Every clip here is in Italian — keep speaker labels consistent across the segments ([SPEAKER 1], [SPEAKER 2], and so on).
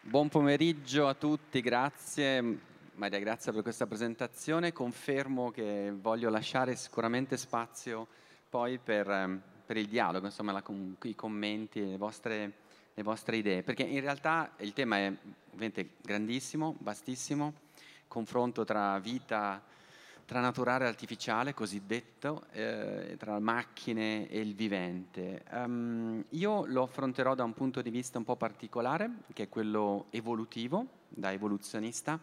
[SPEAKER 1] Buon pomeriggio a tutti, grazie. Maria Grazia per questa presentazione. Confermo che voglio lasciare sicuramente spazio poi per il dialogo, insomma, i commenti, le vostre idee, perché in realtà il tema è ovviamente grandissimo, vastissimo, confronto tra vita, tra naturale e artificiale, cosiddetto, tra macchine e il vivente. Io lo affronterò da un punto di vista un po' particolare, che è quello evolutivo, da evoluzionista,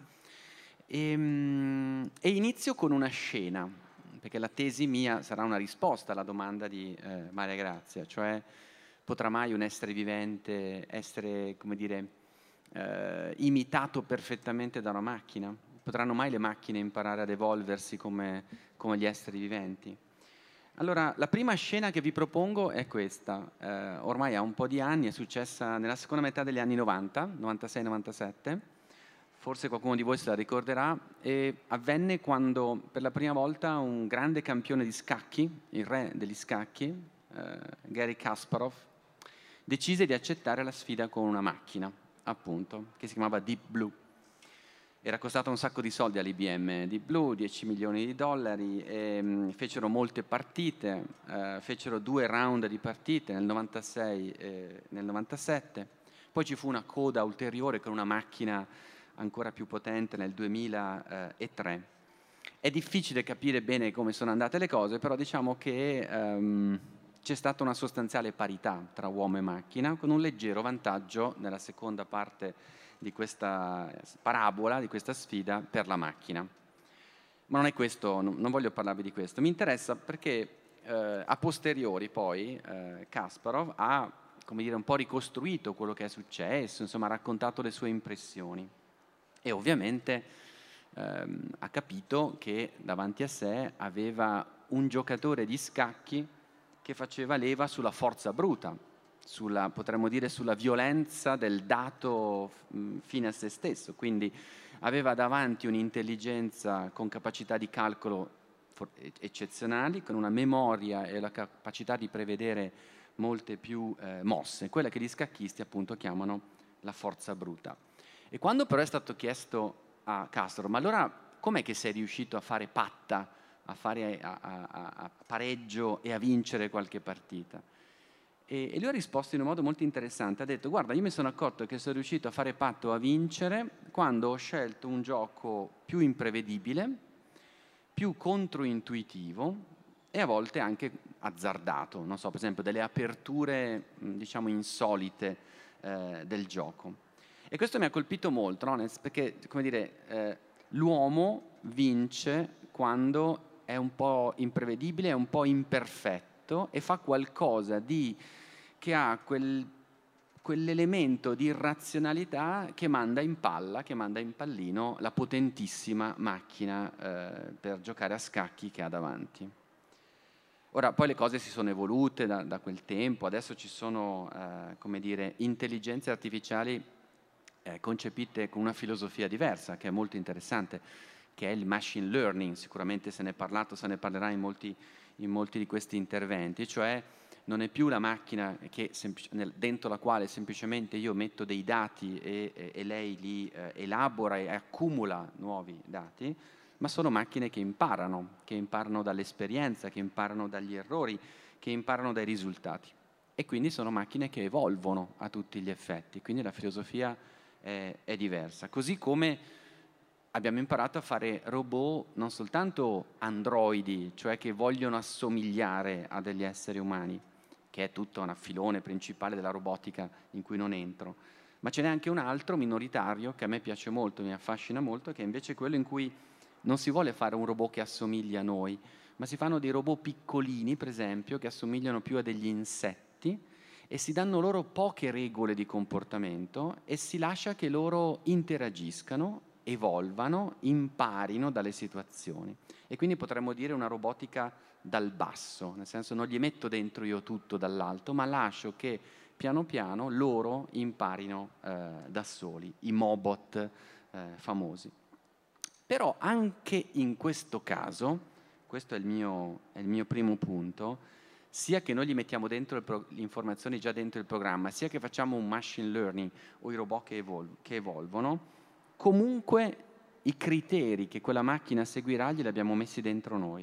[SPEAKER 1] e inizio con una scena, perché la tesi mia sarà una risposta alla domanda di Maria Grazia, cioè potrà mai un essere vivente essere, come dire, imitato perfettamente da una macchina? Potranno mai le macchine imparare ad evolversi come gli esseri viventi? Allora, la prima scena che vi propongo è questa. Ormai ha un po' di anni, è successa nella seconda metà degli anni 90, 96-97. Forse qualcuno di voi se la ricorderà, e avvenne quando per la prima volta un grande campione di scacchi, il re degli scacchi, Garry Kasparov, decise di accettare la sfida con una macchina, appunto, che si chiamava Deep Blue. Era costata un sacco di soldi all'IBM Deep Blue, 10 milioni di dollari, e fecero molte partite, fecero 2 round di partite nel 96 e nel 97. Poi ci fu una coda ulteriore con una macchina ancora più potente nel 2003. È difficile capire bene come sono andate le cose, però diciamo che c'è stata una sostanziale parità tra uomo e macchina, con un leggero vantaggio nella seconda parte di questa parabola, di questa sfida, per la macchina. Ma non è questo, non voglio parlarvi di questo. Mi interessa perché a posteriori poi Kasparov ha, come dire, un po' ricostruito quello che è successo, insomma ha raccontato le sue impressioni e ovviamente ha capito che davanti a sé aveva un giocatore di scacchi che faceva leva sulla forza bruta, potremmo dire sulla violenza del dato fine a se stesso, quindi aveva davanti un'intelligenza con capacità di calcolo eccezionali, con una memoria e la capacità di prevedere molte più mosse, quella che gli scacchisti appunto chiamano la forza bruta. E quando però è stato chiesto a Castro, ma allora com'è che sei riuscito a fare patta, a fare a pareggio e a vincere qualche partita? E lui ha risposto in un modo molto interessante, ha detto: guarda, io mi sono accorto che sono riuscito a fare patto, a vincere, quando ho scelto un gioco più imprevedibile, più controintuitivo e a volte anche azzardato, non so, per esempio delle aperture diciamo insolite del gioco. E questo mi ha colpito molto, no? Perché, come dire, l'uomo vince quando è un po' imprevedibile, è un po' imperfetto e fa qualcosa che ha quell'elemento di irrazionalità che manda in palla, che manda in pallino la potentissima macchina per giocare a scacchi che ha davanti. Ora, poi le cose si sono evolute da quel tempo, adesso ci sono, come dire, intelligenze artificiali concepite con una filosofia diversa, che è molto interessante, che è il machine learning. Sicuramente se ne è parlato, se ne parlerà in molti di questi interventi, cioè non è più la macchina dentro la quale semplicemente io metto dei dati e lei li elabora e accumula nuovi dati, ma sono macchine che imparano dall'esperienza, che imparano dagli errori, che imparano dai risultati. E quindi sono macchine che evolvono a tutti gli effetti, quindi la filosofia è diversa. Così come abbiamo imparato a fare robot non soltanto androidi, cioè che vogliono assomigliare a degli esseri umani, che è tutto un filone principale della robotica in cui non entro, ma ce n'è anche un altro minoritario che a me piace molto, mi affascina molto, che è invece quello in cui non si vuole fare un robot che assomiglia a noi, ma si fanno dei robot piccolini, per esempio, che assomigliano più a degli insetti e si danno loro poche regole di comportamento e si lascia che loro interagiscano, evolvano, imparino dalle situazioni. E quindi potremmo dire una robotica dal basso, nel senso non gli metto dentro io tutto dall'alto, ma lascio che piano piano loro imparino da soli, i Mobot famosi. Però anche in questo caso, questo è il mio primo punto, sia che noi gli mettiamo dentro le informazioni già dentro il programma, sia che facciamo un machine learning o i robot che evolvono, comunque i criteri che quella macchina seguirà glieli abbiamo messi dentro noi.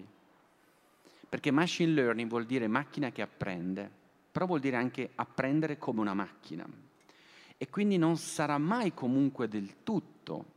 [SPEAKER 1] Perché machine learning vuol dire macchina che apprende, però vuol dire anche apprendere come una macchina. E quindi non sarà mai comunque del tutto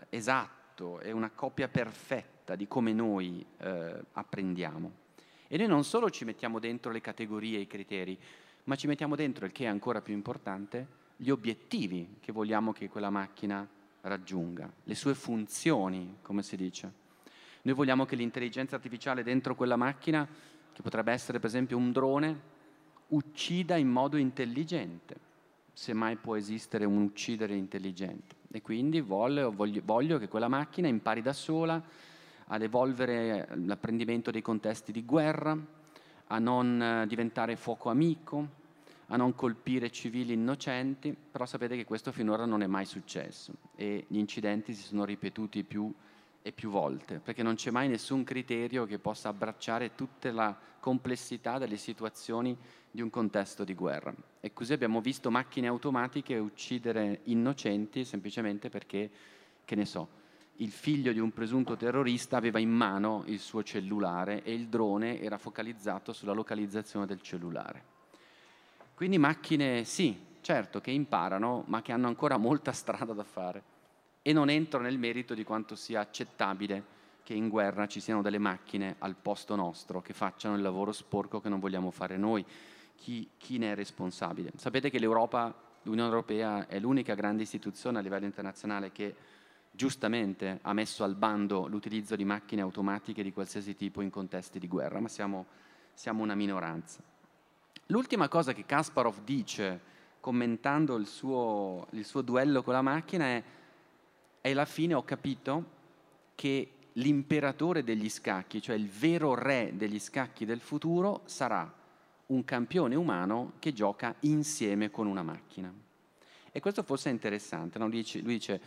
[SPEAKER 1] esatto e una copia perfetta di come noi apprendiamo. E noi non solo ci mettiamo dentro le categorie e i criteri, ma ci mettiamo dentro, il che è ancora più importante, gli obiettivi che vogliamo che quella macchina raggiunga, le sue funzioni, come si dice. Noi vogliamo che l'intelligenza artificiale dentro quella macchina, che potrebbe essere per esempio un drone, uccida in modo intelligente, se mai può esistere un uccidere intelligente. E quindi voglio che quella macchina impari da sola ad evolvere l'apprendimento dei contesti di guerra, a non diventare fuoco amico, a non colpire civili innocenti, però sapete che questo finora non è mai successo e gli incidenti si sono ripetuti più e più volte, perché non c'è mai nessun criterio che possa abbracciare tutta la complessità delle situazioni di un contesto di guerra. E così abbiamo visto macchine automatiche uccidere innocenti semplicemente perché, che ne so, il figlio di un presunto terrorista aveva in mano il suo cellulare e il drone era focalizzato sulla localizzazione del cellulare. Quindi macchine, sì, certo, che imparano, ma che hanno ancora molta strada da fare. E non entro nel merito di quanto sia accettabile che in guerra ci siano delle macchine al posto nostro che facciano il lavoro sporco che non vogliamo fare noi. Chi ne è responsabile? Sapete che l'Unione Europea è l'unica grande istituzione a livello internazionale che giustamente ha messo al bando l'utilizzo di macchine automatiche di qualsiasi tipo in contesti di guerra, ma siamo una minoranza. L'ultima cosa che Kasparov dice, commentando il suo duello con la macchina, è alla fine ho capito che l'imperatore degli scacchi, cioè il vero re degli scacchi del futuro, sarà un campione umano che gioca insieme con una macchina. E questo forse è interessante, no? Lui dice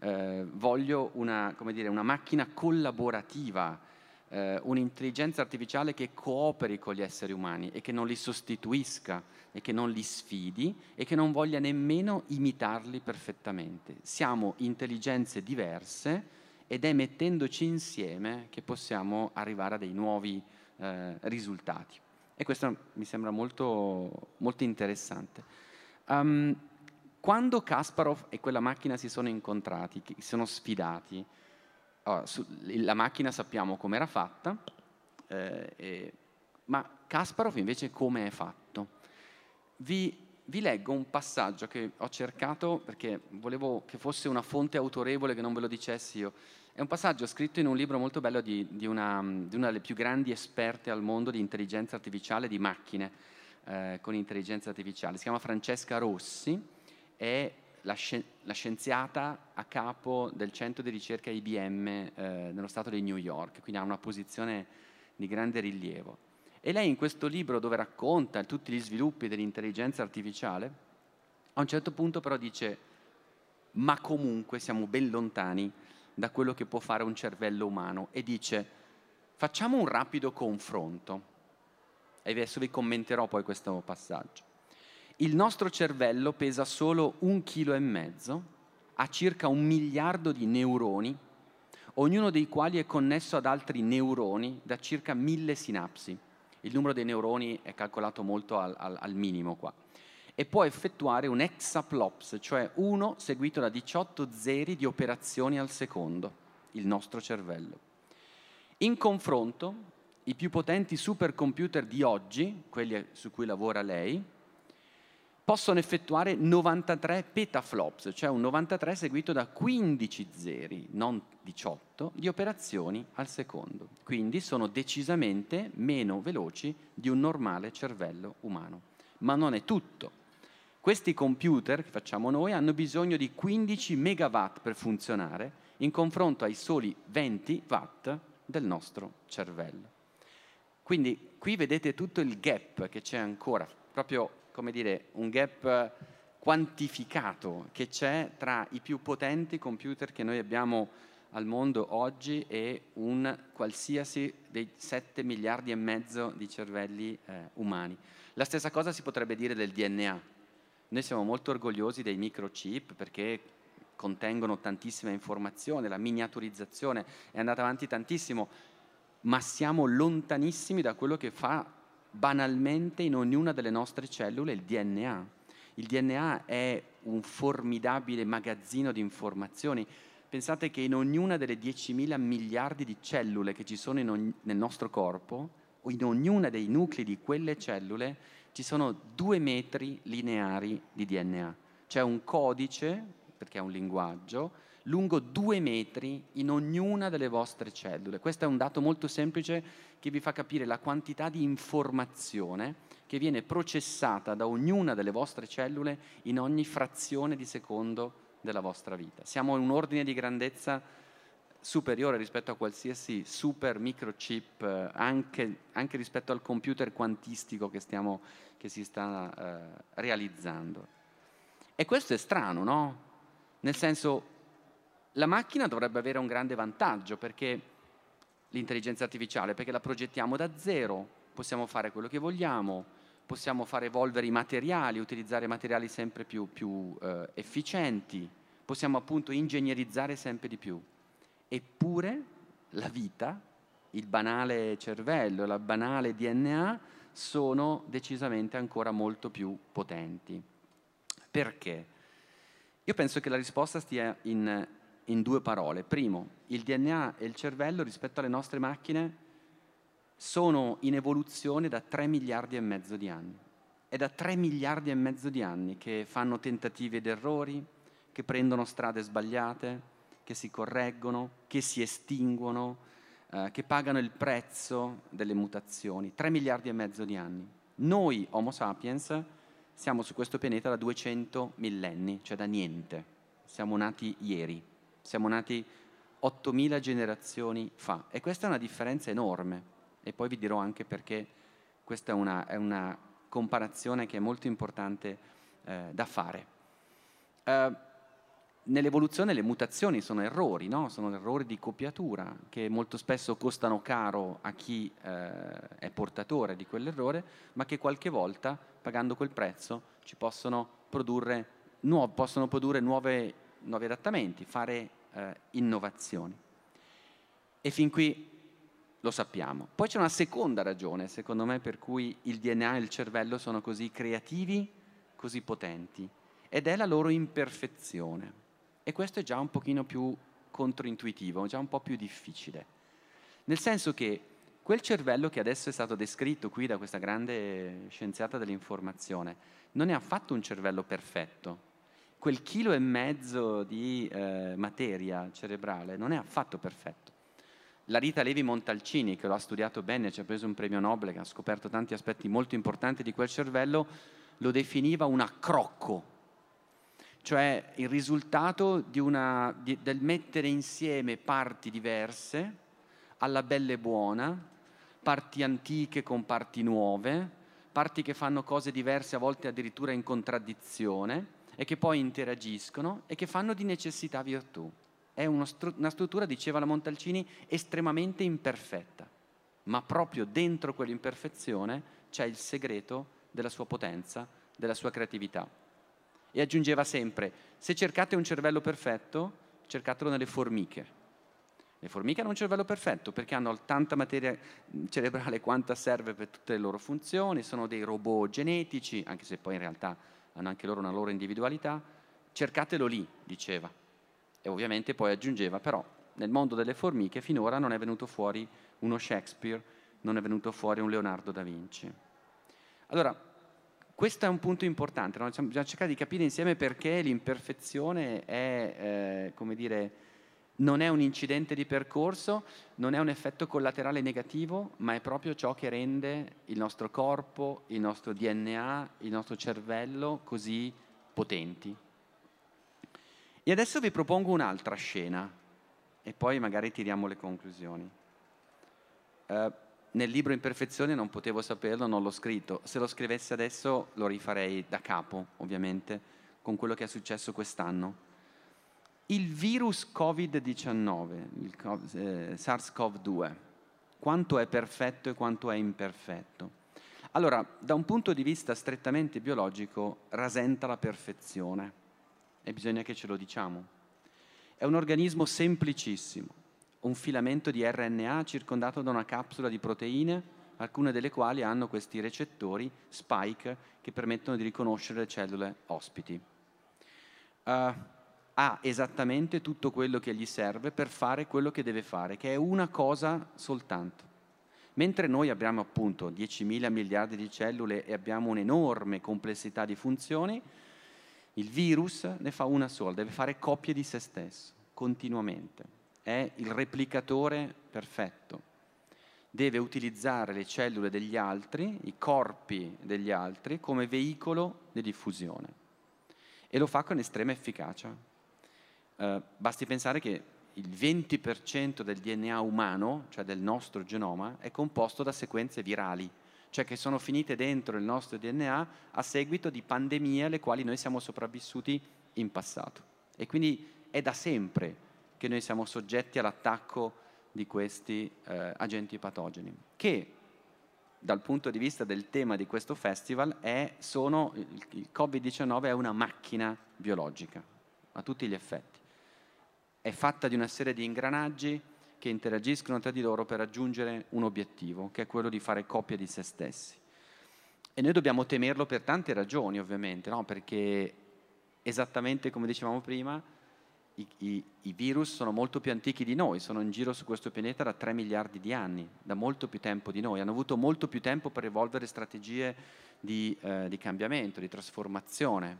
[SPEAKER 1] voglio una macchina collaborativa, un'intelligenza artificiale che cooperi con gli esseri umani e che non li sostituisca e che non li sfidi e che non voglia nemmeno imitarli perfettamente. Siamo intelligenze diverse ed è mettendoci insieme che possiamo arrivare a dei nuovi risultati. E questo mi sembra molto, molto interessante. Quando Kasparov e quella macchina si sono incontrati, si sono sfidati, la macchina sappiamo come era fatta, ma Kasparov invece come è fatto. Vi leggo un passaggio che ho cercato perché volevo che fosse una fonte autorevole che non ve lo dicessi io. È un passaggio scritto in un libro molto bello di una delle più grandi esperte al mondo di intelligenza artificiale, di macchine con intelligenza artificiale. Si chiama Francesca Rossi, è la scienziata a capo del centro di ricerca IBM nello stato di New York, quindi ha una posizione di grande rilievo. E lei in questo libro, dove racconta tutti gli sviluppi dell'intelligenza artificiale, a un certo punto però dice: ma comunque siamo ben lontani da quello che può fare un cervello umano, e dice: facciamo un rapido confronto. E adesso vi commenterò poi questo passaggio. Il nostro cervello pesa solo 1,5 kg, ha circa 1 miliardo di neuroni, ognuno dei quali è connesso ad altri neuroni da circa 1000 sinapsi. Il numero dei neuroni è calcolato molto al minimo qua. E può effettuare un hexaplops, cioè 1 seguito da 18 zeri di operazioni al secondo, il nostro cervello. In confronto, i più potenti supercomputer di oggi, quelli su cui lavora lei, possono effettuare 93 petaflops, cioè un 93 seguito da 15 zeri, non 18, di operazioni al secondo. Quindi sono decisamente meno veloci di un normale cervello umano. Ma non è tutto. Questi computer che facciamo noi hanno bisogno di 15 megawatt per funzionare, in confronto ai soli 20 watt del nostro cervello. Quindi qui vedete tutto il gap che c'è ancora, proprio come dire, un gap quantificato che c'è tra i più potenti computer che noi abbiamo al mondo oggi è un qualsiasi dei 7 miliardi e mezzo di cervelli umani. La stessa cosa si potrebbe dire del DNA. Noi siamo molto orgogliosi dei microchip perché contengono tantissima informazione, la miniaturizzazione è andata avanti tantissimo, ma siamo lontanissimi da quello che fa banalmente in ognuna delle nostre cellule il DNA. Il DNA è un formidabile magazzino di informazioni. Pensate che in ognuna delle 10.000 miliardi di cellule che ci sono nel nostro corpo, o in ognuna dei nuclei di quelle cellule, ci sono 2 metri lineari di DNA. C'è un codice, perché è un linguaggio, lungo 2 metri in ognuna delle vostre cellule. Questo è un dato molto semplice che vi fa capire la quantità di informazione che viene processata da ognuna delle vostre cellule in ogni frazione di secondo della vostra vita. Siamo in un ordine di grandezza superiore rispetto a qualsiasi super microchip, anche rispetto al computer quantistico che si sta realizzando. E questo è strano, no? Nel senso, la macchina dovrebbe avere un grande vantaggio, perché l'intelligenza artificiale, perché la progettiamo da zero, possiamo fare quello che vogliamo, possiamo far evolvere i materiali, utilizzare materiali sempre più efficienti, possiamo appunto ingegnerizzare sempre di più. Eppure la vita, il banale cervello, la banale DNA sono decisamente ancora molto più potenti. Perché? Io penso che la risposta stia in 2 parole. Primo, il DNA e il cervello rispetto alle nostre macchine sono in evoluzione da 3 miliardi e mezzo di anni. È da 3 miliardi e mezzo di anni che fanno tentativi ed errori, che prendono strade sbagliate, che si correggono, che si estinguono, che pagano il prezzo delle mutazioni. 3 miliardi e mezzo di anni. Noi, Homo sapiens, siamo su questo pianeta da 200 millenni, cioè da niente. Siamo nati ieri, siamo nati 8.000 generazioni fa. E questa è una differenza enorme. E poi vi dirò anche perché questa è una comparazione che è molto importante da fare. Nell'evoluzione le mutazioni sono errori, no? Sono errori di copiatura che molto spesso costano caro a chi è portatore di quell'errore, ma che qualche volta, pagando quel prezzo, ci possono produrre nuovi adattamenti, fare innovazioni. E fin qui lo sappiamo. Poi c'è una seconda ragione, secondo me, per cui il DNA e il cervello sono così creativi, così potenti, ed è la loro imperfezione. E questo è già un pochino più controintuitivo, già un po' più difficile. Nel senso che quel cervello che adesso è stato descritto qui da questa grande scienziata dell'informazione non è affatto un cervello perfetto. Quel 1,5 kg di materia cerebrale non è affatto perfetto. La Rita Levi Montalcini, che lo ha studiato bene, ci ha preso un premio Nobel, che ha scoperto tanti aspetti molto importanti di quel cervello, lo definiva un accrocco, cioè il risultato del mettere insieme parti diverse, alla bella e buona, parti antiche con parti nuove, parti che fanno cose diverse, a volte addirittura in contraddizione, e che poi interagiscono e che fanno di necessità virtù. È una struttura, diceva la Montalcini, estremamente imperfetta, ma proprio dentro quell'imperfezione c'è il segreto della sua potenza, della sua creatività. E aggiungeva sempre, se cercate un cervello perfetto, cercatelo nelle formiche. Le formiche hanno un cervello perfetto perché hanno tanta materia cerebrale quanta serve per tutte le loro funzioni, sono dei robot genetici, anche se poi in realtà hanno anche loro una loro individualità. Cercatelo lì, diceva. E ovviamente poi aggiungeva, però nel mondo delle formiche finora non è venuto fuori uno Shakespeare, non è venuto fuori un Leonardo da Vinci. Allora, questo è un punto importante, no? Bisogna cercare di capire insieme perché l'imperfezione è, come dire, non è un incidente di percorso, non è un effetto collaterale negativo, ma è proprio ciò che rende il nostro corpo, il nostro DNA, il nostro cervello così potenti. E adesso vi propongo un'altra scena e poi magari tiriamo le conclusioni. Nel libro Imperfezione non potevo saperlo, non l'ho scritto. Se lo scrivessi adesso lo rifarei da capo, ovviamente, con quello che è successo quest'anno. Il virus Covid-19, SARS-CoV-2, quanto è perfetto e quanto è imperfetto? Allora, da un punto di vista strettamente biologico, rasenta la perfezione e bisogna che ce lo diciamo. È un organismo semplicissimo, un filamento di RNA circondato da una capsula di proteine, alcune delle quali hanno questi recettori spike che permettono di riconoscere le cellule ospiti. Ha esattamente tutto quello che gli serve per fare quello che deve fare, che è una cosa soltanto. Mentre noi abbiamo appunto 10.000 miliardi di cellule e abbiamo un'enorme complessità di funzioni, il virus ne fa una sola, deve fare copie di se stesso, continuamente. È il replicatore perfetto. Deve utilizzare le cellule degli altri, i corpi degli altri, come veicolo di diffusione. E lo fa con estrema efficacia. Basti pensare che il 20% del DNA umano, cioè del nostro genoma, è composto da sequenze virali, cioè che sono finite dentro il nostro DNA a seguito di pandemie alle quali noi siamo sopravvissuti in passato. E quindi è da sempre che noi siamo soggetti all'attacco di questi agenti patogeni, che dal punto di vista del tema di questo festival il Covid-19 è una macchina biologica, a tutti gli effetti. È fatta di una serie di ingranaggi che interagiscono tra di loro per raggiungere un obiettivo, che è quello di fare copia di se stessi. E noi dobbiamo temerlo per tante ragioni, ovviamente, no? Perché esattamente come dicevamo prima, i virus sono molto più antichi di noi, sono in giro su questo pianeta da 3 miliardi di anni, da molto più tempo di noi, hanno avuto molto più tempo per evolvere strategie di cambiamento, di trasformazione,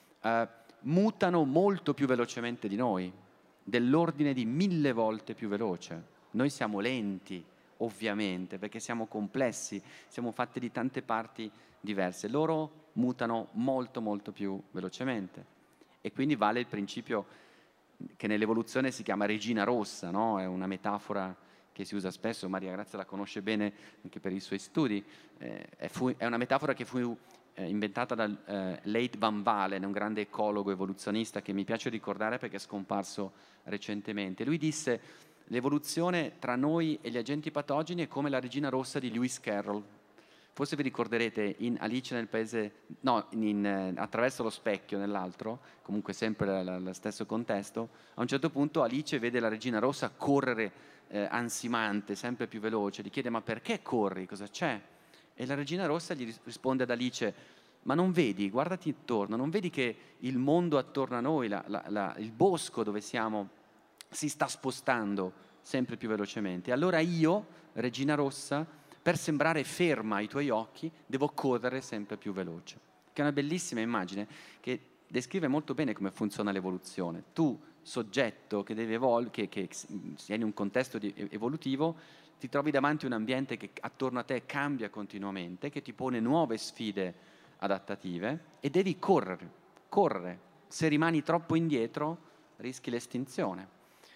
[SPEAKER 1] mutano molto più velocemente di noi, dell'ordine di 1000 volte più veloce. Noi siamo lenti, ovviamente, perché siamo complessi, siamo fatti di tante parti diverse. Loro mutano molto, molto più velocemente. E quindi vale il principio che nell'evoluzione si chiama regina rossa, no? È una metafora che si usa spesso, Maria Grazia la conosce bene anche per i suoi studi. È una metafora che fu inventata da Leith Van Valen, un grande ecologo evoluzionista che mi piace ricordare perché è scomparso recentemente. Lui disse: l'evoluzione tra noi e gli agenti patogeni è come la regina rossa di Lewis Carroll. Forse vi ricorderete in Alice nel paese, no, Attraverso lo specchio, nell'altro, comunque sempre lo stesso contesto, a un certo punto Alice vede la regina rossa correre ansimante, sempre più veloce, gli chiede: ma perché corri? Cosa c'è? E la regina rossa gli risponde ad Alice: ma non vedi, guardati intorno, non vedi che il mondo attorno a noi, il bosco dove siamo, si sta spostando sempre più velocemente. Allora io, regina rossa, per sembrare ferma ai tuoi occhi, devo correre sempre più veloce. Che è una bellissima immagine che descrive molto bene come funziona l'evoluzione. Tu, soggetto che deve che sei in un contesto evolutivo, ti trovi davanti a un ambiente che attorno a te cambia continuamente, che ti pone nuove sfide adattative e devi correre. Se rimani troppo indietro rischi l'estinzione.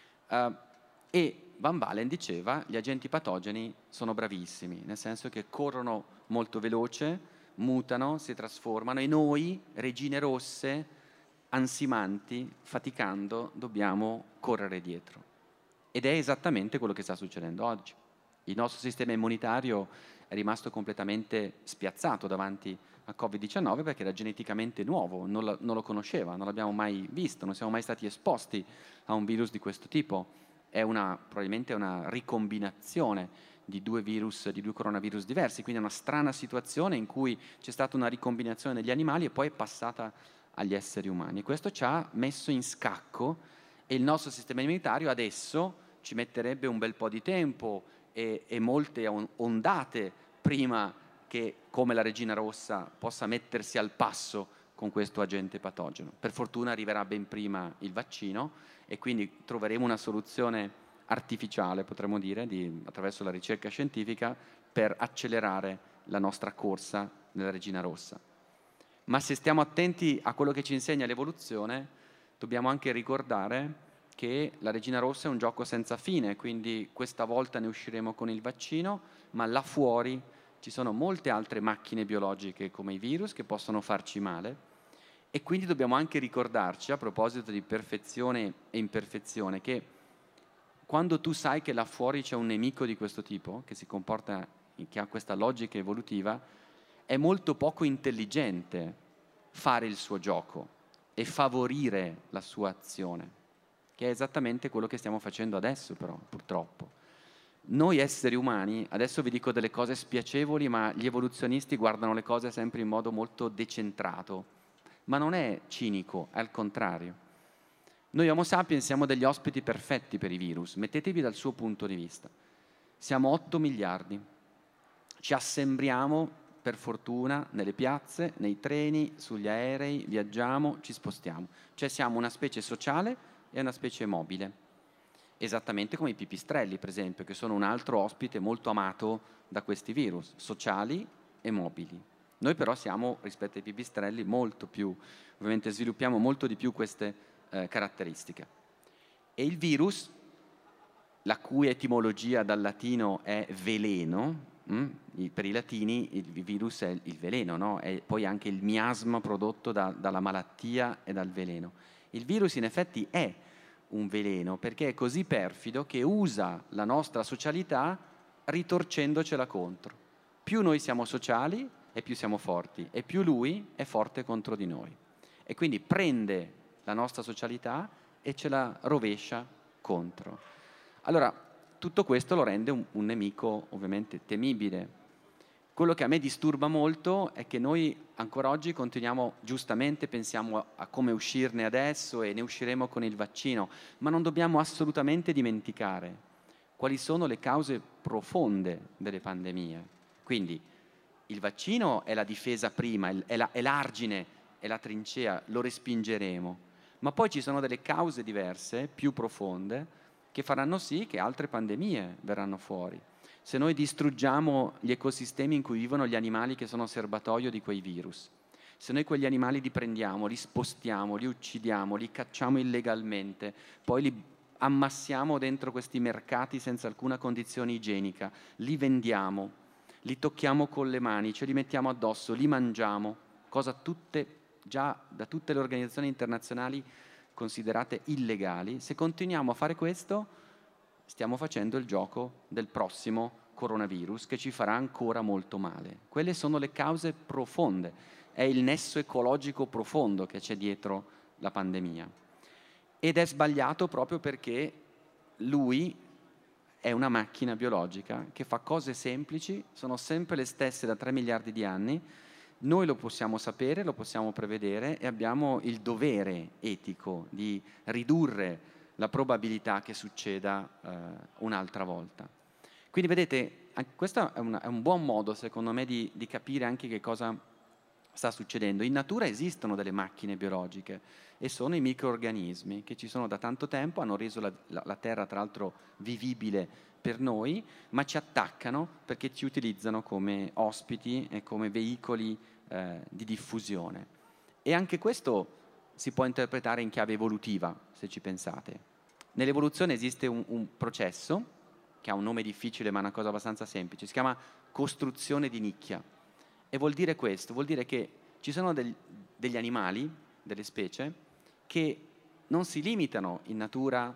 [SPEAKER 1] E Van Valen diceva: gli agenti patogeni sono bravissimi, nel senso che corrono molto veloce, mutano, si trasformano e noi, regine rosse, ansimanti, faticando, dobbiamo correre dietro. Ed è esattamente quello che sta succedendo oggi. Il nostro sistema immunitario è rimasto completamente spiazzato davanti a Covid-19 perché era geneticamente nuovo, non lo conosceva, non l'abbiamo mai visto, non siamo mai stati esposti a un virus di questo tipo. Probabilmente è una ricombinazione di due coronavirus diversi, quindi è una strana situazione in cui c'è stata una ricombinazione negli animali e poi è passata agli esseri umani. Questo ci ha messo in scacco e il nostro sistema immunitario adesso ci metterebbe un bel po' di tempo e molte ondate prima che, come la regina rossa, possa mettersi al passo con questo agente patogeno. Per fortuna arriverà ben prima il vaccino e quindi troveremo una soluzione artificiale, potremmo dire, attraverso la ricerca scientifica, per accelerare la nostra corsa nella regina rossa. Ma se stiamo attenti a quello che ci insegna l'evoluzione, dobbiamo anche ricordare che la regina rossa è un gioco senza fine, quindi questa volta ne usciremo con il vaccino, ma là fuori ci sono molte altre macchine biologiche come i virus che possono farci male E quindi dobbiamo anche ricordarci, a proposito di perfezione e imperfezione, che quando tu sai che là fuori c'è un nemico di questo tipo, che si comporta, che ha questa logica evolutiva, è molto poco intelligente fare il suo gioco e favorire la sua azione, che è esattamente quello che stiamo facendo adesso però, purtroppo. Noi esseri umani, adesso vi dico delle cose spiacevoli, ma gli evoluzionisti guardano le cose sempre in modo molto decentrato, ma non è cinico, è al contrario. Noi Homo sapiens siamo degli ospiti perfetti per i virus, mettetevi dal suo punto di vista. Siamo 8 miliardi, ci assembriamo per fortuna nelle piazze, nei treni, sugli aerei, viaggiamo, ci spostiamo. Cioè siamo una specie sociale e una specie mobile. Esattamente come i pipistrelli, per esempio, che sono un altro ospite molto amato da questi virus, sociali e mobili. Noi però siamo, rispetto ai pipistrelli, molto più, ovviamente sviluppiamo molto di più queste caratteristiche. E il virus, la cui etimologia dal latino è veleno, per i latini il virus è il veleno, no? È poi anche il miasma prodotto dalla malattia e dal veleno. Il virus in effetti è un veleno perché è così perfido che usa la nostra socialità ritorcendocela contro. Più noi siamo sociali e più siamo forti, e più lui è forte contro di noi. E quindi prende la nostra socialità e ce la rovescia contro. Allora, tutto questo lo rende un nemico ovviamente temibile. Quello che a me disturba molto è che noi ancora oggi continuiamo, giustamente pensiamo a come uscirne adesso e ne usciremo con il vaccino, ma non dobbiamo assolutamente dimenticare quali sono le cause profonde delle pandemie. Quindi il vaccino è la difesa prima, è l'argine, è la trincea, lo respingeremo, ma poi ci sono delle cause diverse, più profonde, che faranno sì che altre pandemie verranno fuori. Se noi distruggiamo gli ecosistemi in cui vivono gli animali che sono serbatoio di quei virus, se noi quegli animali li prendiamo, li spostiamo, li uccidiamo, li cacciamo illegalmente, poi li ammassiamo dentro questi mercati senza alcuna condizione igienica, li vendiamo, li tocchiamo con le mani, ce li mettiamo addosso, li mangiamo, cosa già da tutte le organizzazioni internazionali considerate illegali. Se continuiamo a fare questo, stiamo facendo il gioco del prossimo coronavirus che ci farà ancora molto male. Quelle sono le cause profonde, è il nesso ecologico profondo che c'è dietro la pandemia. Ed è sbagliato proprio perché lui è una macchina biologica che fa cose semplici, sono sempre le stesse da 3 miliardi di anni. Noi lo possiamo sapere, lo possiamo prevedere e abbiamo il dovere etico di ridurre la probabilità che succeda un'altra volta. Quindi vedete, questo è un buon modo secondo me di capire anche che cosa sta succedendo. In natura esistono delle macchine biologiche e sono i microrganismi che ci sono da tanto tempo, hanno reso la Terra tra l'altro vivibile per noi, ma ci attaccano perché ci utilizzano come ospiti e come veicoli di diffusione. E anche questo si può interpretare in chiave evolutiva, se ci pensate. Nell'evoluzione esiste un processo che ha un nome difficile ma è una cosa abbastanza semplice, si chiama costruzione di nicchia. E vuol dire questo, vuol dire che ci sono degli animali, delle specie, che non si limitano in natura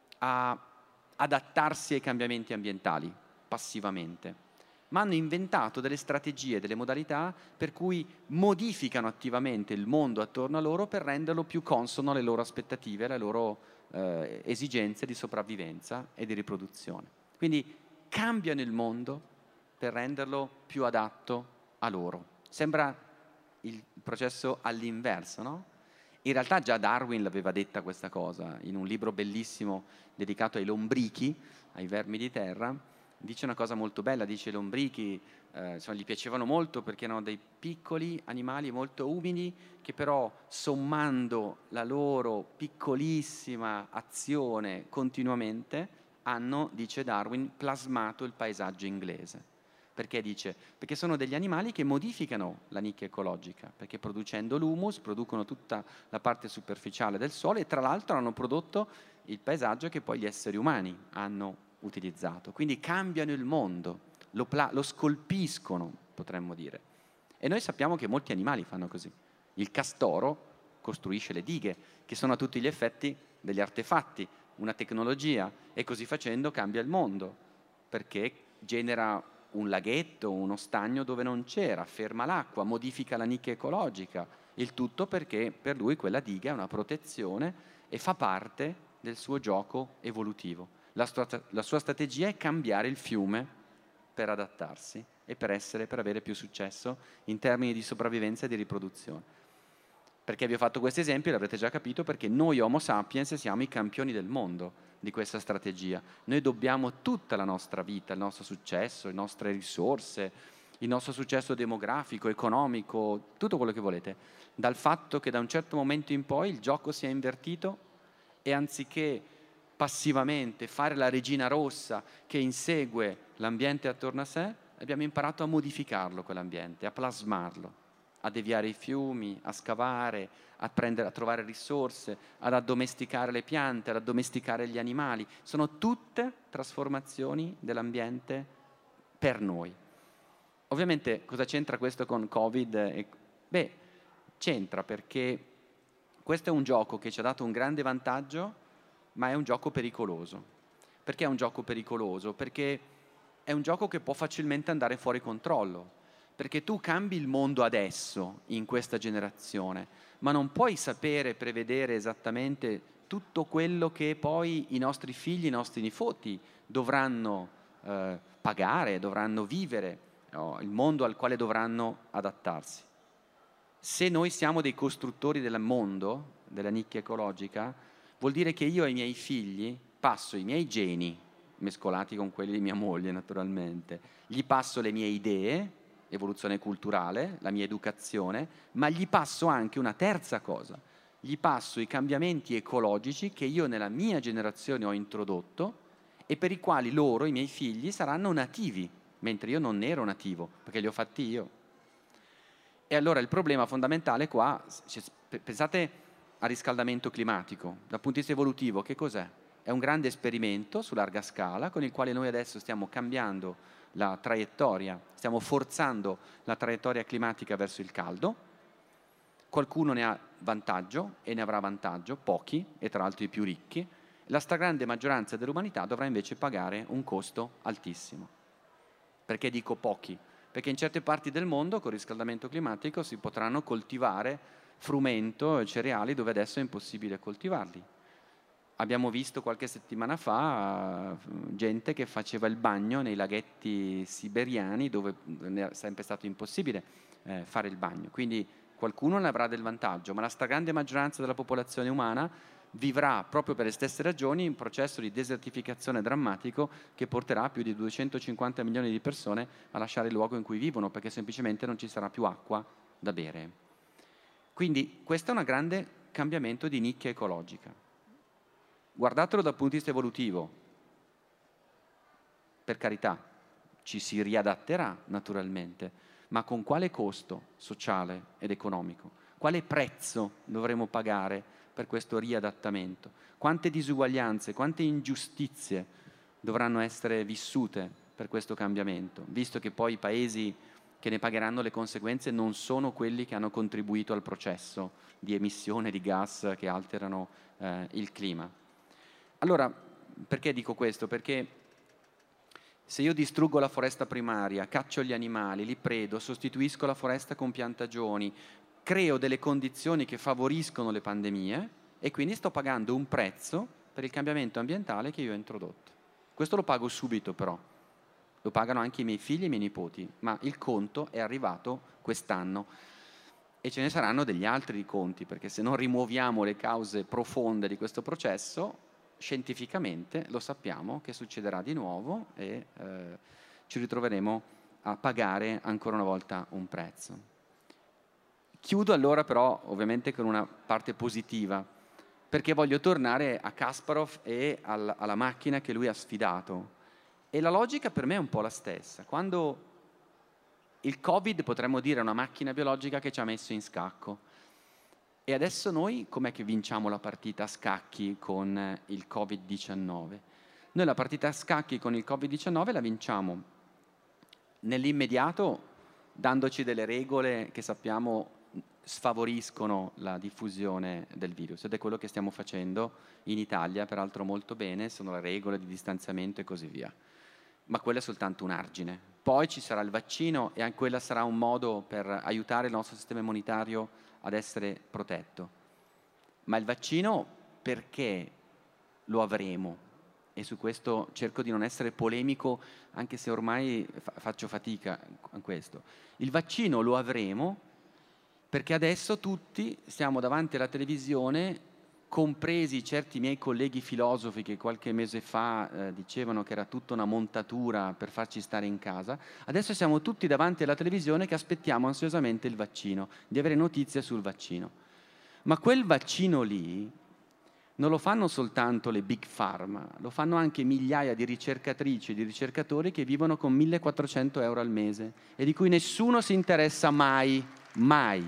[SPEAKER 1] a adattarsi ai cambiamenti ambientali passivamente, ma hanno inventato delle strategie, delle modalità per cui modificano attivamente il mondo attorno a loro per renderlo più consono alle loro aspettative, alle loro esigenze di sopravvivenza e di riproduzione. Quindi cambiano il mondo per renderlo più adatto a loro. Sembra il processo all'inverso, no? In realtà già Darwin l'aveva detta questa cosa, in un libro bellissimo dedicato ai lombrichi, ai vermi di terra, dice una cosa molto bella, dice i lombrichi gli piacevano molto perché erano dei piccoli animali molto umili che però sommando la loro piccolissima azione continuamente hanno, dice Darwin, plasmato il paesaggio inglese. Perché dice? Perché sono degli animali che modificano la nicchia ecologica, perché producendo l'humus producono tutta la parte superficiale del suolo e tra l'altro hanno prodotto il paesaggio che poi gli esseri umani hanno utilizzato. Quindi cambiano il mondo, lo scolpiscono, potremmo dire. E noi sappiamo che molti animali fanno così. Il castoro costruisce le dighe, che sono a tutti gli effetti degli artefatti, una tecnologia, e così facendo cambia il mondo, perché genera un laghetto, uno stagno dove non c'era, ferma l'acqua, modifica la nicchia ecologica, il tutto perché per lui quella diga è una protezione e fa parte del suo gioco evolutivo. La sua strategia è cambiare il fiume per adattarsi e per avere più successo in termini di sopravvivenza e di riproduzione. Perché vi ho fatto questo esempio, l'avrete già capito, perché noi Homo sapiens siamo i campioni del mondo di questa strategia. Noi dobbiamo tutta la nostra vita, il nostro successo, le nostre risorse, il nostro successo demografico, economico, tutto quello che volete, dal fatto che da un certo momento in poi il gioco si è invertito e anziché passivamente fare la regina rossa che insegue l'ambiente attorno a sé, abbiamo imparato a modificarlo quell'ambiente, a plasmarlo, a deviare i fiumi, a scavare, a trovare risorse, ad addomesticare le piante, ad addomesticare gli animali. Sono tutte trasformazioni dell'ambiente per noi. Ovviamente cosa c'entra questo con Covid? Beh, c'entra perché questo è un gioco che ci ha dato un grande vantaggio, ma è un gioco pericoloso. Perché è un gioco pericoloso? Perché è un gioco che può facilmente andare fuori controllo, perché tu cambi il mondo adesso, in questa generazione, ma non puoi sapere, prevedere esattamente tutto quello che poi i nostri figli, i nostri nipoti dovranno pagare, dovranno vivere, no? Il mondo al quale dovranno adattarsi. Se noi siamo dei costruttori del mondo, della nicchia ecologica, vuol dire che io ai miei figli passo i miei geni, mescolati con quelli di mia moglie naturalmente, gli passo le mie idee, evoluzione culturale, la mia educazione, ma gli passo anche una terza cosa, gli passo i cambiamenti ecologici che io nella mia generazione ho introdotto e per i quali loro, i miei figli, saranno nativi, mentre io non ne ero nativo, perché li ho fatti io. E allora il problema fondamentale qua, pensate al riscaldamento climatico, dal punto di vista evolutivo, che cos'è? È un grande esperimento su larga scala con il quale noi adesso stiamo cambiando la traiettoria, stiamo forzando la traiettoria climatica verso il caldo. Qualcuno ne ha vantaggio e ne avrà vantaggio, pochi, e tra l'altro i più ricchi. La stragrande maggioranza dell'umanità dovrà invece pagare un costo altissimo. Perché dico pochi? Perché in certe parti del mondo con il riscaldamento climatico si potranno coltivare frumento e cereali dove adesso è impossibile coltivarli. Abbiamo visto qualche settimana fa gente che faceva il bagno nei laghetti siberiani dove è sempre stato impossibile fare il bagno. Quindi qualcuno ne avrà del vantaggio, ma la stragrande maggioranza della popolazione umana vivrà proprio per le stesse ragioni un processo di desertificazione drammatico che porterà più di 250 milioni di persone a lasciare il luogo in cui vivono perché semplicemente non ci sarà più acqua da bere. Quindi questo è un grande cambiamento di nicchia ecologica. Guardatelo dal punto di vista evolutivo, per carità, ci si riadatterà naturalmente, ma con quale costo sociale ed economico? Quale prezzo dovremo pagare per questo riadattamento? Quante disuguaglianze, quante ingiustizie dovranno essere vissute per questo cambiamento, visto che poi i paesi che ne pagheranno le conseguenze non sono quelli che hanno contribuito al processo di emissione di gas che alterano il clima. Allora, perché dico questo? Perché se io distruggo la foresta primaria, caccio gli animali, li predo, sostituisco la foresta con piantagioni, creo delle condizioni che favoriscono le pandemie e quindi sto pagando un prezzo per il cambiamento ambientale che io ho introdotto. Questo lo pago subito però, lo pagano anche i miei figli e i miei nipoti, ma il conto è arrivato quest'anno e ce ne saranno degli altri conti, perché se non rimuoviamo le cause profonde di questo processo, scientificamente lo sappiamo che succederà di nuovo e ci ritroveremo a pagare ancora una volta un prezzo. Chiudo allora però ovviamente con una parte positiva, perché voglio tornare a Kasparov e alla macchina che lui ha sfidato. E la logica per me è un po' la stessa. Quando il Covid, potremmo dire, è una macchina biologica che ci ha messo in scacco. E adesso noi com'è che vinciamo la partita a scacchi con il Covid-19? Noi la partita a scacchi con il Covid-19 la vinciamo nell'immediato dandoci delle regole che sappiamo sfavoriscono la diffusione del virus, ed è quello che stiamo facendo in Italia, peraltro molto bene, sono le regole di distanziamento e così via. Ma quello è soltanto un argine. Poi ci sarà il vaccino e anche quella sarà un modo per aiutare il nostro sistema immunitario ad essere protetto. Ma il vaccino perché lo avremo? E su questo cerco di non essere polemico, anche se ormai faccio fatica con questo. Il vaccino lo avremo perché adesso tutti stiamo davanti alla televisione, compresi certi miei colleghi filosofi che qualche mese fa dicevano che era tutta una montatura per farci stare in casa. Adesso siamo tutti davanti alla televisione che aspettiamo ansiosamente il vaccino, di avere notizie sul vaccino. Ma quel vaccino lì non lo fanno soltanto le big pharma, lo fanno anche migliaia di ricercatrici e di ricercatori che vivono con 1.400 euro al mese e di cui nessuno si interessa mai, mai.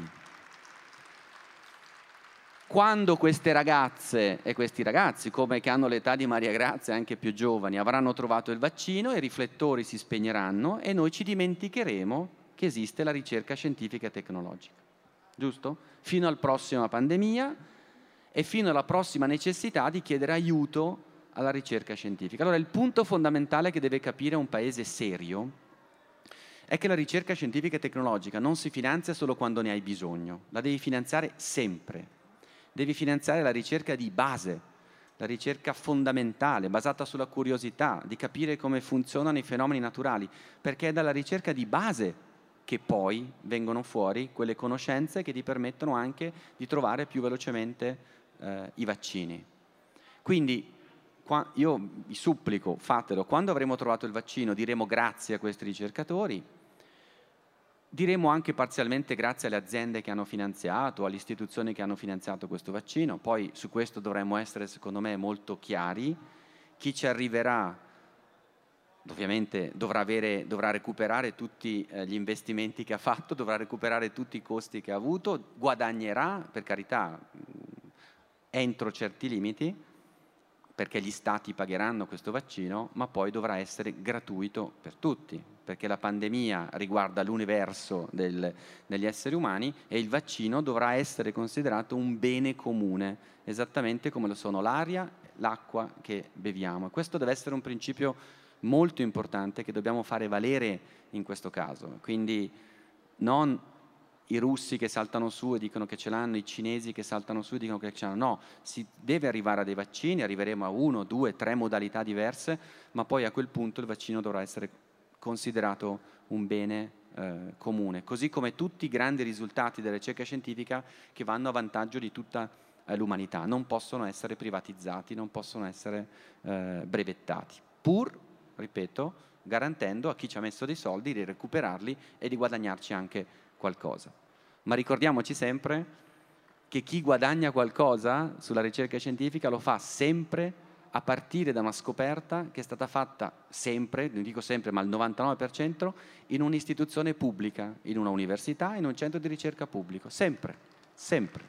[SPEAKER 1] Quando queste ragazze e questi ragazzi, come che hanno l'età di Maria Grazia, anche più giovani, avranno trovato il vaccino, i riflettori si spegneranno e noi ci dimenticheremo che esiste la ricerca scientifica e tecnologica. Giusto? Fino alla prossima pandemia e fino alla prossima necessità di chiedere aiuto alla ricerca scientifica. Allora, il punto fondamentale che deve capire un paese serio è che la ricerca scientifica e tecnologica non si finanzia solo quando ne hai bisogno, la devi finanziare sempre. Devi finanziare la ricerca di base, la ricerca fondamentale, basata sulla curiosità, di capire come funzionano i fenomeni naturali, perché è dalla ricerca di base che poi vengono fuori quelle conoscenze che ti permettono anche di trovare più velocemente i vaccini. Quindi io vi supplico, fatelo, quando avremo trovato il vaccino diremo grazie a questi ricercatori, diremo anche parzialmente grazie alle aziende che hanno finanziato, alle istituzioni che hanno finanziato questo vaccino, poi su questo dovremmo essere secondo me molto chiari, chi ci arriverà ovviamente dovrà recuperare tutti gli investimenti che ha fatto, dovrà recuperare tutti i costi che ha avuto, guadagnerà, per carità, entro certi limiti, perché gli stati pagheranno questo vaccino, ma poi dovrà essere gratuito per tutti, perché la pandemia riguarda l'universo degli esseri umani e il vaccino dovrà essere considerato un bene comune, esattamente come lo sono l'aria, l'acqua che beviamo. E questo deve essere un principio molto importante che dobbiamo fare valere in questo caso. Quindi non i russi che saltano su e dicono che ce l'hanno, i cinesi che saltano su e dicono che ce l'hanno. No, si deve arrivare a dei vaccini, arriveremo a 1, 2, 3 modalità diverse, ma poi a quel punto il vaccino dovrà essere considerato un bene comune, così come tutti i grandi risultati della ricerca scientifica che vanno a vantaggio di tutta l'umanità. Non possono essere privatizzati, non possono essere brevettati, pur, ripeto, garantendo a chi ci ha messo dei soldi di recuperarli e di guadagnarci anche qualcosa. Ma ricordiamoci sempre che chi guadagna qualcosa sulla ricerca scientifica lo fa sempre a partire da una scoperta che è stata fatta sempre, non dico sempre, ma il 99%, in un'istituzione pubblica, in una università, in un centro di ricerca pubblico. Sempre, sempre.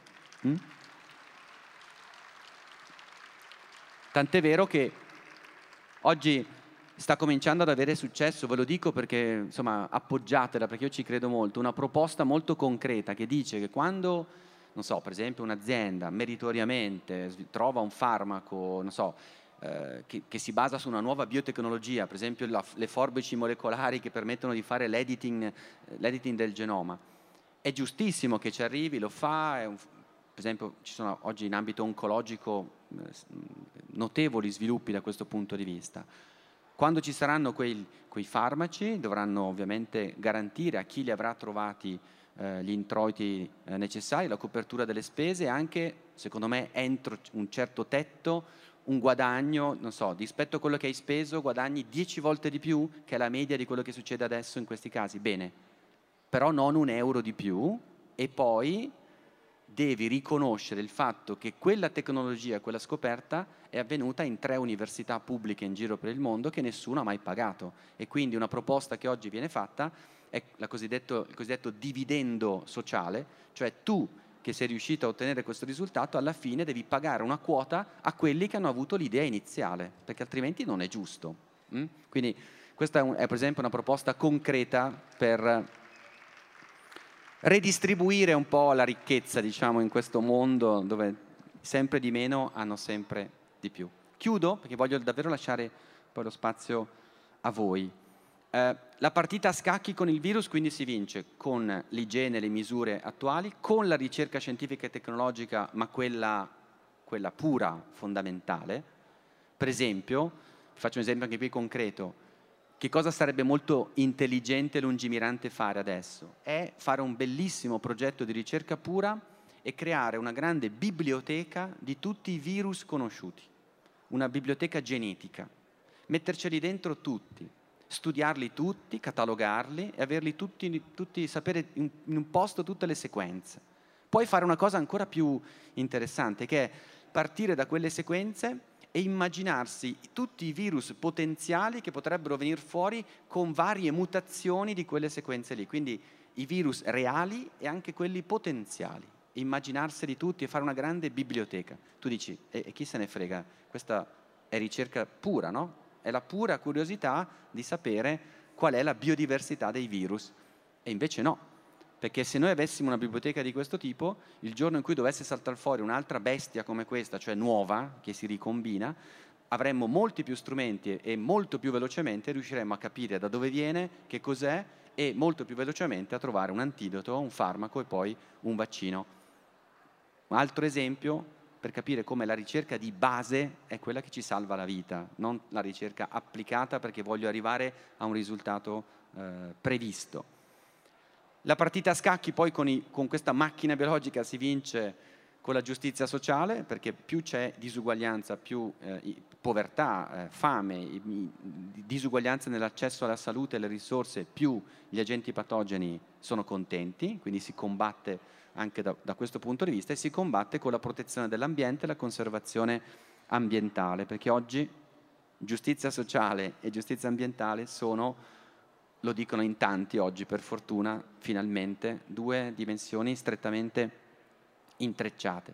[SPEAKER 1] Tant'è vero che oggi sta cominciando ad avere successo, ve lo dico perché, insomma, appoggiatela, perché io ci credo molto, una proposta molto concreta che dice che quando, non so, per esempio un'azienda meritoriamente trova un farmaco, non so, che si basa su una nuova biotecnologia, per esempio le forbici molecolari che permettono di fare l'editing del genoma, è giustissimo che ci arrivi, lo fa, per esempio ci sono oggi in ambito oncologico notevoli sviluppi da questo punto di vista. Quando ci saranno quei farmaci dovranno ovviamente garantire a chi li avrà trovati gli introiti necessari, la copertura delle spese e anche, secondo me, entro un certo tetto, un guadagno, non so, rispetto a quello che hai speso guadagni 10 volte di più, che è la media di quello che succede adesso in questi casi. Bene, però non un euro di più e poi devi riconoscere il fatto che quella tecnologia, quella scoperta è avvenuta in 3 università pubbliche in giro per il mondo che nessuno ha mai pagato e quindi una proposta che oggi viene fatta è il cosiddetto dividendo sociale, cioè tu che sei riuscito a ottenere questo risultato alla fine devi pagare una quota a quelli che hanno avuto l'idea iniziale, perché altrimenti non è giusto. Quindi questa è per esempio una proposta concreta per redistribuire un po' la ricchezza, diciamo, in questo mondo dove sempre di meno hanno sempre di più. Chiudo perché voglio davvero lasciare poi lo spazio a voi. La partita a scacchi con il virus quindi si vince con l'igiene e le misure attuali, con la ricerca scientifica e tecnologica, ma quella pura, fondamentale. Per esempio, faccio un esempio anche qui concreto, che cosa sarebbe molto intelligente e lungimirante fare adesso? È fare un bellissimo progetto di ricerca pura e creare una grande biblioteca di tutti i virus conosciuti, una biblioteca genetica, metterceli dentro tutti, studiarli tutti, catalogarli e averli tutti sapere in un posto tutte le sequenze. Poi fare una cosa ancora più interessante, che è partire da quelle sequenze e immaginarsi tutti i virus potenziali che potrebbero venire fuori con varie mutazioni di quelle sequenze lì, quindi i virus reali e anche quelli potenziali, immaginarseli tutti e fare una grande biblioteca. Tu dici, e chi se ne frega, questa è ricerca pura, no? È la pura curiosità di sapere qual è la biodiversità dei virus. E invece no, perché se noi avessimo una biblioteca di questo tipo, il giorno in cui dovesse saltare fuori un'altra bestia come questa, cioè nuova, che si ricombina, avremmo molti più strumenti e molto più velocemente riusciremmo a capire da dove viene, che cos'è e molto più velocemente a trovare un antidoto, un farmaco e poi un vaccino. Un altro esempio per capire come la ricerca di base è quella che ci salva la vita, non la ricerca applicata perché voglio arrivare a un risultato previsto. La partita a scacchi poi con questa macchina biologica si vince con la giustizia sociale, perché più c'è disuguaglianza, più povertà, fame, disuguaglianza nell'accesso alla salute e alle risorse, più gli agenti patogeni sono contenti, quindi si combatte anche da questo punto di vista e si combatte con la protezione dell'ambiente e la conservazione ambientale, perché oggi giustizia sociale e giustizia ambientale sono, lo dicono in tanti oggi per fortuna, finalmente, due dimensioni strettamente intrecciate.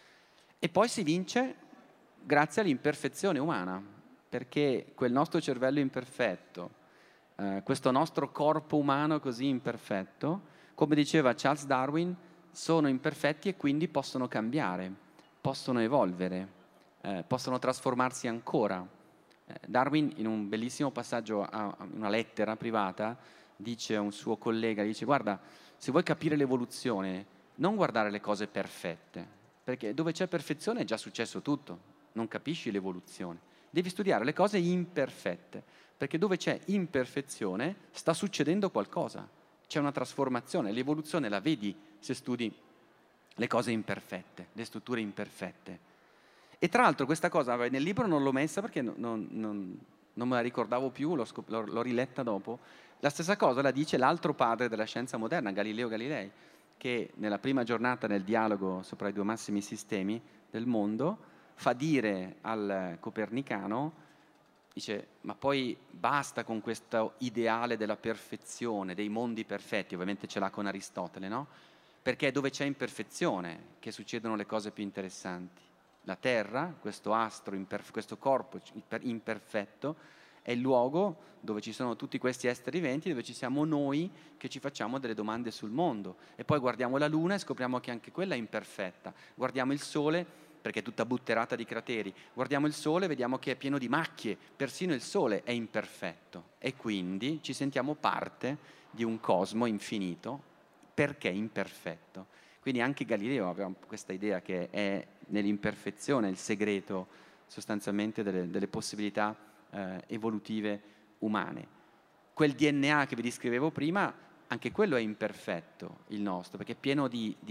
[SPEAKER 1] E poi si vince grazie all'imperfezione umana, perché quel nostro cervello imperfetto, questo nostro corpo umano così imperfetto, come diceva Charles Darwin, sono imperfetti e quindi possono cambiare, possono evolvere, possono trasformarsi ancora. Darwin in un bellissimo passaggio a una lettera privata dice a un suo collega, dice guarda, se vuoi capire l'evoluzione non guardare le cose perfette, perché dove c'è perfezione è già successo tutto, non capisci l'evoluzione, devi studiare le cose imperfette, perché dove c'è imperfezione sta succedendo qualcosa, c'è una trasformazione, l'evoluzione la vedi se studi le cose imperfette, le strutture imperfette. E tra l'altro questa cosa nel libro non l'ho messa perché non me la ricordavo più, l'ho riletta dopo. La stessa cosa la dice l'altro padre della scienza moderna, Galileo Galilei, che nella prima giornata del dialogo sopra i due massimi sistemi del mondo fa dire al copernicano, dice, ma poi basta con questo ideale della perfezione, dei mondi perfetti, ovviamente ce l'ha con Aristotele, no? Perché è dove c'è imperfezione che succedono le cose più interessanti. La Terra, questo astro, questo corpo imperfetto, è il luogo dove ci sono tutti questi esseri viventi, dove ci siamo noi che ci facciamo delle domande sul mondo. E poi guardiamo la Luna e scopriamo che anche quella è imperfetta. Guardiamo il Sole, perché è tutta butterata di crateri. Guardiamo il Sole e vediamo che è pieno di macchie. Persino il Sole è imperfetto. E quindi ci sentiamo parte di un cosmo infinito, perché imperfetto. Quindi anche Galileo aveva questa idea che è nell'imperfezione il segreto sostanzialmente delle possibilità evolutive umane. Quel DNA che vi descrivevo prima, anche quello è imperfetto, il nostro, perché è pieno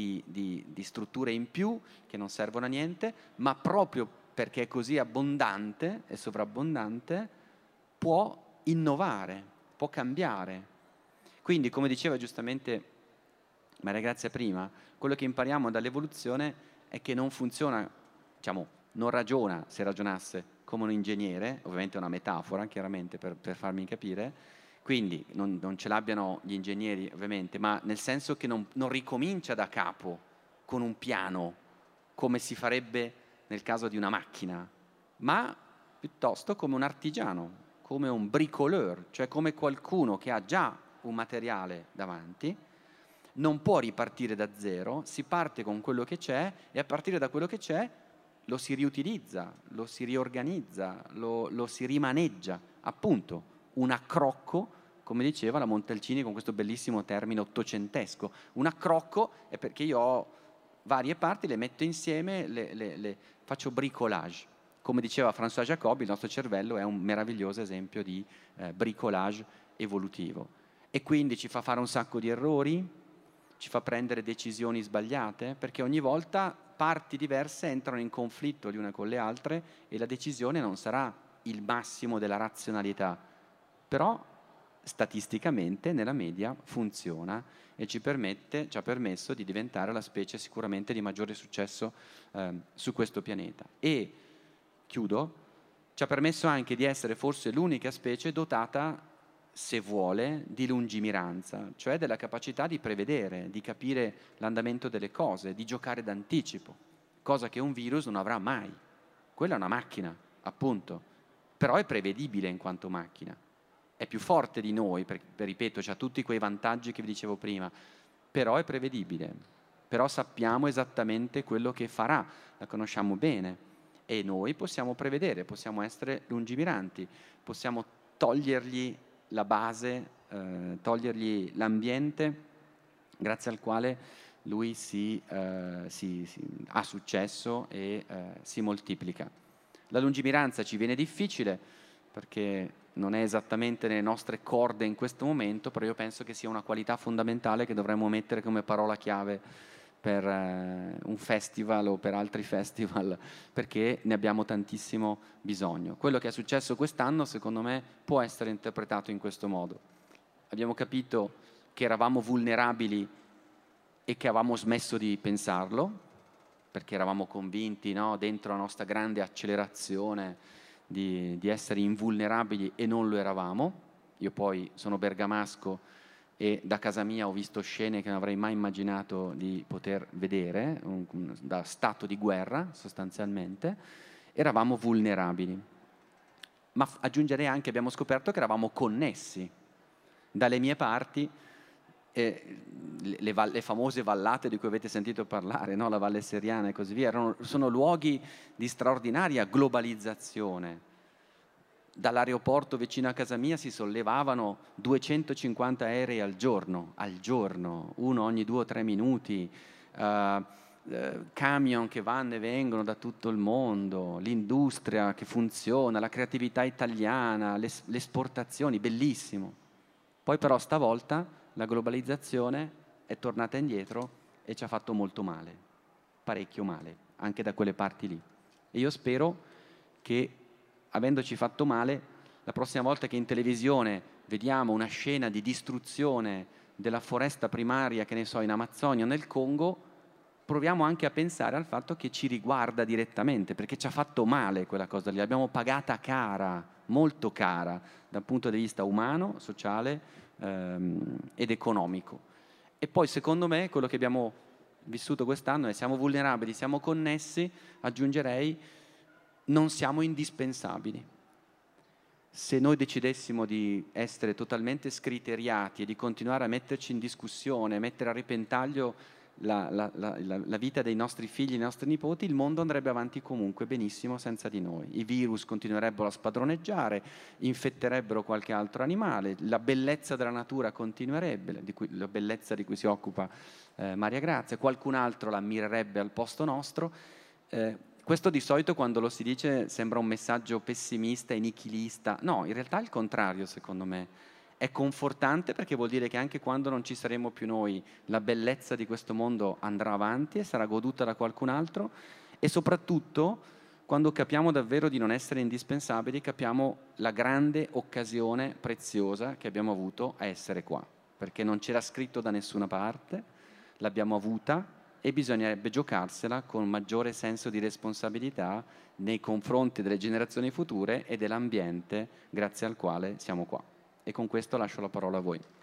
[SPEAKER 1] di strutture in più che non servono a niente, ma proprio perché è così abbondante e sovrabbondante può innovare, può cambiare. Quindi, come diceva giustamente Maria Grazia prima, quello che impariamo dall'evoluzione è che non funziona, diciamo, non ragiona, se ragionasse, come un ingegnere, ovviamente è una metafora, chiaramente, per farmi capire, quindi non ce l'abbiano gli ingegneri, ovviamente, ma nel senso che non ricomincia da capo, con un piano, come si farebbe nel caso di una macchina, ma piuttosto come un artigiano, come un bricoleur, cioè come qualcuno che ha già un materiale davanti, non può ripartire da zero, si parte con quello che c'è e a partire da quello che c'è lo si riutilizza, lo si riorganizza, lo si rimaneggia, appunto, un accrocco, come diceva la Montalcini con questo bellissimo termine ottocentesco. Un accrocco è perché io ho varie parti, le metto insieme, le faccio bricolage. Come diceva François Jacobi, il nostro cervello è un meraviglioso esempio di bricolage evolutivo. E quindi ci fa fare un sacco di errori, ci fa prendere decisioni sbagliate, perché ogni volta parti diverse entrano in conflitto le une con le altre e la decisione non sarà il massimo della razionalità, però statisticamente nella media funziona e ci ha permesso di diventare la specie sicuramente di maggiore successo su questo pianeta. E, chiudo, ci ha permesso anche di essere forse l'unica specie dotata, se vuole, di lungimiranza, cioè della capacità di prevedere, di capire l'andamento delle cose, di giocare d'anticipo, cosa che un virus non avrà mai. Quella è una macchina, appunto, però è prevedibile in quanto macchina. È più forte di noi, ripeto, ha tutti quei vantaggi che vi dicevo prima, però è prevedibile, però sappiamo esattamente quello che farà, la conosciamo bene e noi possiamo prevedere, possiamo essere lungimiranti, possiamo togliergli la base, togliergli l'ambiente grazie al quale lui ha successo e si moltiplica. La lungimiranza ci viene difficile perché non è esattamente nelle nostre corde in questo momento, però io penso che sia una qualità fondamentale che dovremmo mettere come parola chiave per un festival o per altri festival, perché ne abbiamo tantissimo bisogno. Quello che è successo quest'anno, secondo me, può essere interpretato in questo modo. Abbiamo capito che eravamo vulnerabili e che avevamo smesso di pensarlo, perché eravamo convinti, no, dentro la nostra grande accelerazione di essere invulnerabili e non lo eravamo. Io poi sono bergamasco e da casa mia ho visto scene che non avrei mai immaginato di poter vedere, da stato di guerra sostanzialmente. Eravamo vulnerabili, ma aggiungerei anche abbiamo scoperto che eravamo connessi. Dalle mie parti le famose vallate di cui avete sentito parlare, no? La Valle Seriana e così via, sono luoghi di straordinaria globalizzazione. Dall'aeroporto vicino a casa mia si sollevavano 250 aerei al giorno, uno ogni 2 o 3 minuti, camion che vanno e vengono da tutto il mondo, l'industria che funziona, la creatività italiana, le esportazioni, bellissimo. Poi però stavolta la globalizzazione è tornata indietro e ci ha fatto molto male, parecchio male, anche da quelle parti lì. E io spero che, avendoci fatto male, la prossima volta che in televisione vediamo una scena di distruzione della foresta primaria, che ne so, in Amazzonia o nel Congo, proviamo anche a pensare al fatto che ci riguarda direttamente, perché ci ha fatto male quella cosa lì, l'abbiamo pagata cara, molto cara, dal punto di vista umano, sociale ed economico. E poi secondo me quello che abbiamo vissuto quest'anno è siamo vulnerabili, siamo connessi, aggiungerei non siamo indispensabili. Se noi decidessimo di essere totalmente scriteriati e di continuare a metterci in discussione, mettere a repentaglio la vita dei nostri figli, dei nostri nipoti, il mondo andrebbe avanti comunque benissimo senza di noi. I virus continuerebbero a spadroneggiare, infetterebbero qualche altro animale, la bellezza della natura continuerebbe, la bellezza di cui si occupa Maria Grazia, qualcun altro la ammirerebbe al posto nostro. Questo di solito quando lo si dice sembra un messaggio pessimista e nichilista. No, in realtà è il contrario, secondo me. È confortante perché vuol dire che anche quando non ci saremo più noi, la bellezza di questo mondo andrà avanti e sarà goduta da qualcun altro, e soprattutto quando capiamo davvero di non essere indispensabili, capiamo la grande occasione preziosa che abbiamo avuto a essere qua, perché non c'era scritto da nessuna parte, l'abbiamo avuta e bisognerebbe giocarsela con maggiore senso di responsabilità nei confronti delle generazioni future e dell'ambiente grazie al quale siamo qua. E con questo lascio la parola a voi.